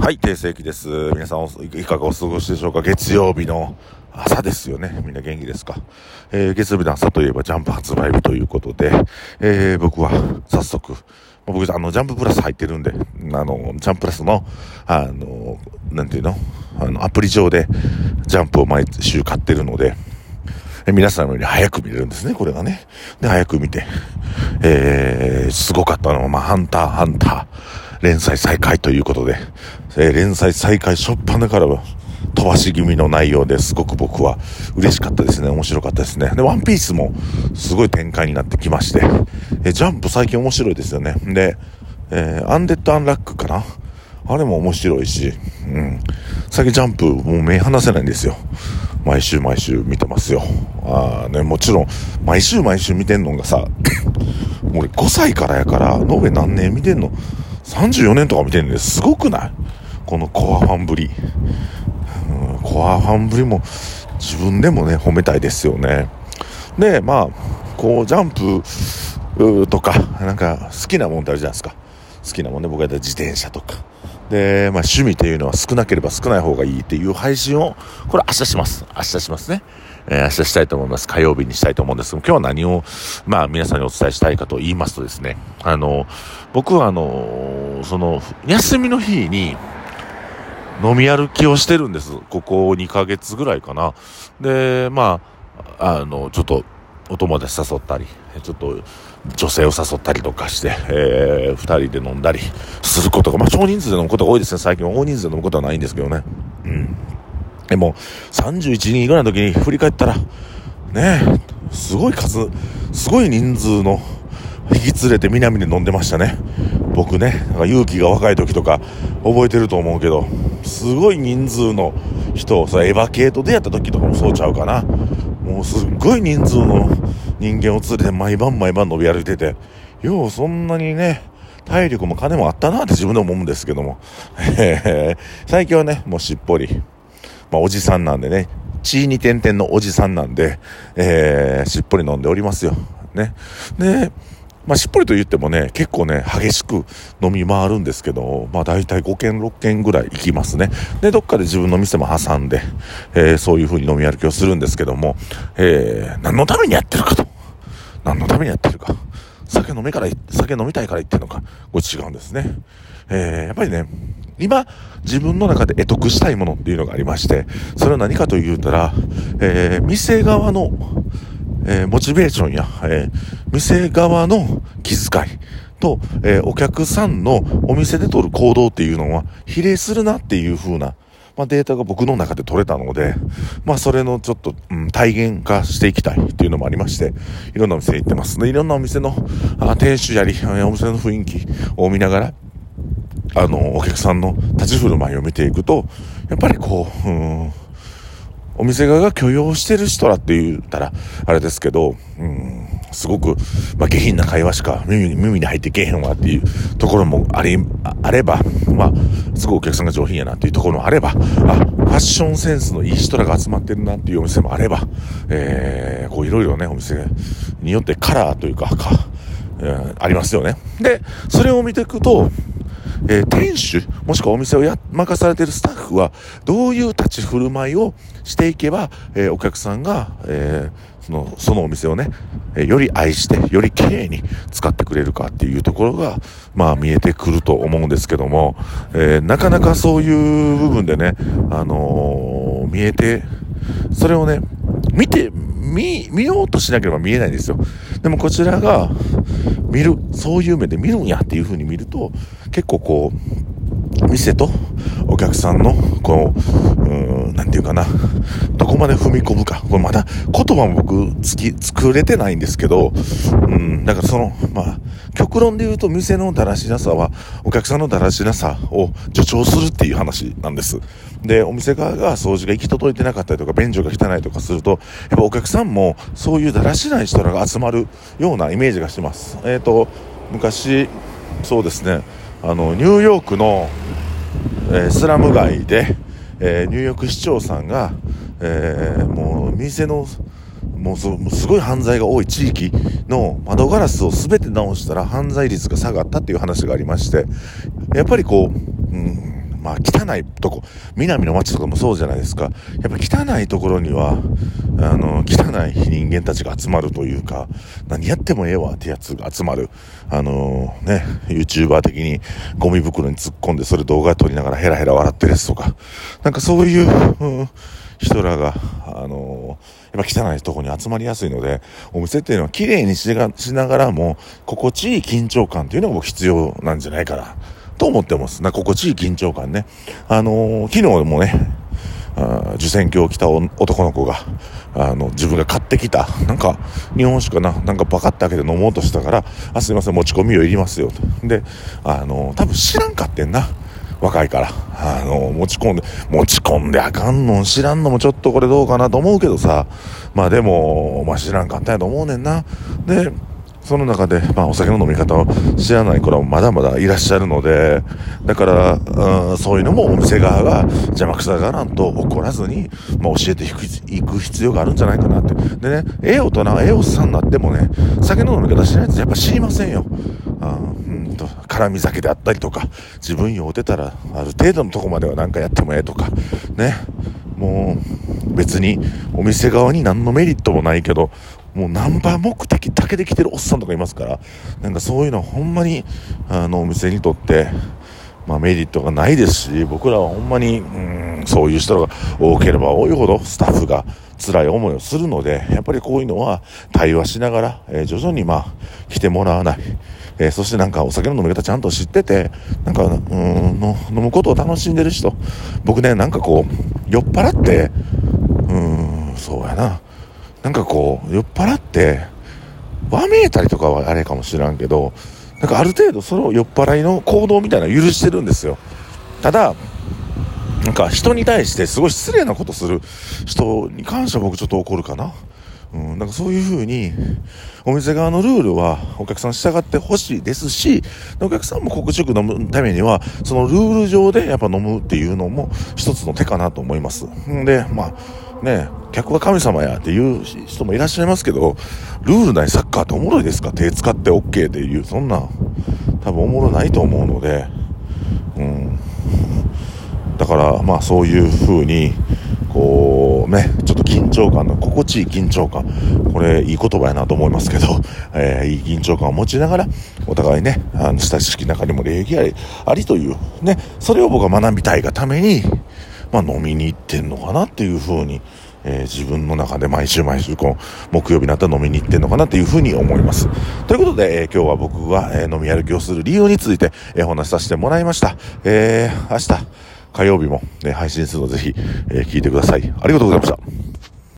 はい、定世紀です。皆さんいかがお過ごしでしょうか。月曜日の朝ですよね。みんな元気ですか。月曜日の朝といえばジャンプ発売日ということで、僕は早速、僕ジャンププラス入ってるんで、ジャンププラスのなんていうの、アプリ上でジャンプを毎週買ってるので、皆さんより早く見れるんですね、これがね。で、早く見て、すごかったのは、ハンターハンター連載再開ということで、連載再開初っ端からは飛ばし気味の内容ですごく僕は嬉しかったですね。面白かったですね。で、ワンピースもすごい展開になってきまして、ジャンプ最近面白いですよね。で、アンデッドアンラックかな、あれも面白いし、最近ジャンプもう目離せないんですよ。毎週見てますよ。もちろん毎週見てんのがさ俺5歳からやから延べ何年見てんの、34年とか見てんのですごくない？このコアファンぶり、コアファンぶりも自分でもね褒めたいですよね。で、こうジャンプとかなんか好きなもんってあるじゃないですか。好きなもんね、僕がやったら自転車とかで、趣味というのは少なければ少ない方がいいっていう配信をこれ明日しますね。明日したいと思います。火曜日にしたいと思うんですけど、今日は何を皆さんにお伝えしたいかと言いますとですね、僕はその休みの日に飲み歩きをしてるんです。ここ2ヶ月ぐらいかな。で、ちょっとお友達誘ったり、ちょっと女性を誘ったりとかして、2人で飲んだりすることが、少人数で飲むことが多いですね。最近は大人数で飲むことはないんですけどね。でも31人ぐらいの時に振り返ったらね、すごい人数の引き連れて南で飲んでましたね。僕ね、勇気が若い時とか覚えてると思うけど、すごい人数の人、それエヴァ系と出会った時とかもそうちゃうかな。もうすっごい人数の人間を連れて毎晩飲み歩いてて、ようそんなにね体力も金もあったなって自分でも思うんですけども最近はねもうしっぽり、おじさんなんでね、血に点々のおじさんなんで、しっぽり飲んでおりますよね。で、しっぽりと言ってもね結構ね激しく飲み回るんですけど、だいたい5軒6軒ぐらい行きますね。で、どっかで自分の店も挟んで、そういう風に飲み歩きをするんですけども、何のためにやってるか、酒飲みたいから言ってるのか、これ違うんですね。やっぱりね、今自分の中で得得したいものっていうのがありまして、それは何かと言うたら、店側の、モチベーションや、店側の気遣いと、お客さんのお店で取る行動っていうのは比例するなっていう風な、データが僕の中で取れたので、それのちょっと、体現化していきたいっていうのもありまして、いろんなお店行ってますね。いろんなお店の店主やり、お店の雰囲気を見ながら、お客さんの立ち振る舞いを見ていくと、やっぱりこう、お店側が許容してる人らって言ったらあれですけど、すごく、下品な会話しか耳に入ってけえへんわっていうところもあれば、すごいお客さんが上品やなっていうところもあれば、ファッションセンスのいい人らが集まってるなっていうお店もあれば、こういろいろね、お店によってカラーというか、ありますよね。で、それを見ていくと、店主もしくはお店を任されているスタッフはどういう立ち振る舞いをしていけば、お客さんが、そのお店をね、より愛してより綺麗に使ってくれるかっていうところが見えてくると思うんですけども、なかなかそういう部分でね、見えて、それをね見ようとしなければ見えないんですよ。でもこちらがそういう目で見るんやっていう風に見ると、結構こう店とお客さんのなんていうかな、どこまで踏み込むか、これまだ言葉も僕作れてないんですけど、だから極論で言うと、店のだらしなさはお客さんのだらしなさを助長するっていう話なんです。で、お店側が掃除が行き届いてなかったりとか便所が汚いとかすると、やっぱお客さんもそういうだらしない人らが集まるようなイメージがしてます。昔そうですね、ニューヨークの、スラム街で、ニューヨーク市長さんが、もう店のもうすごい犯罪が多い地域の窓ガラスを全て直したら犯罪率が下がったっていう話がありまして、やっぱりこう、 まあ汚いとこ、南の街とかもそうじゃないですか。やっぱ汚いところには、汚い人間たちが集まるというか、何やってもええわってやつが集まる。YouTuber 的にゴミ袋に突っ込んでそれ動画撮りながらヘラヘラ笑ってるやつとか、なんかそういう、人らが、やっぱ汚いとこに集まりやすいので、お店っていうのは綺麗にしながらも、心地いい緊張感っていうのも必要なんじゃないかな、と思ってます。心地いい緊張感ね。昨日もね、受選鏡を着た男の子が、自分が買ってきた、なんか、日本酒かな、なんかバカって開けて飲もうとしたから、すいません、持ち込みをいりますよ、と。で、多分知らんかってんな。若いから。持ち込んであかんの知らんのもちょっとこれどうかなと思うけどさ。まあでも、知らんかったんやと思うねんな。で、その中で、お酒の飲み方を知らない子らもまだまだいらっしゃるので、だから、そういうのもお店側が邪魔くさがらんと怒らずに、教えていく必要があるんじゃないかなって。でね、大人、おっさんになってもね、酒の飲み方しないとやっぱ知りませんよ。絡み酒であったりとか、自分酔うてたら、ある程度のとこまではなんかやってもええとか、ね。もう、別にお店側に何のメリットもないけど、もうナンバー目的だけで来てるおっさんとかいますから、なんかそういうのはほんまにお店にとってメリットがないですし、僕らはほんまにそういう人が多ければ多いほどスタッフが辛い思いをするので、やっぱりこういうのは対話しながら、徐々に来てもらわない、そしてなんかお酒の飲み方ちゃんと知ってて、なんか飲むことを楽しんでる人、僕ね、なんかこう酔っ払ってそうやな、なんかこう酔っ払ってわめいたりとかはあれかもしらんけど、なんかある程度その酔っ払いの行動みたいなのを許してるんですよ。ただなんか人に対してすごい失礼なことする人に関しては僕ちょっと怒るかな。なんかそういう風にお店側のルールはお客さん従ってほしいですし、お客さんも心地よく飲むためにはそのルール上でやっぱ飲むっていうのも一つの手かなと思います。で、客は神様やっていう人もいらっしゃいますけど、ルールないサッカーっておもろいですか？手使って OK っていう、そんな多分おもろないと思うので、だからそういう風にこうね、ちょっと緊張感の心地いい緊張感、これいい言葉やなと思いますけど、いい緊張感を持ちながらお互いね、親しき中にも礼儀ありというね、それを僕は学びたいがために飲みに行ってんのかなっていう風に、自分の中で毎週こう木曜日になったら飲みに行ってんのかなっていう風に思います。ということで、今日は僕が、飲み歩きをする理由について、お話しさせてもらいました。明日火曜日も、配信するのでぜひ、聞いてください。ありがとうございました。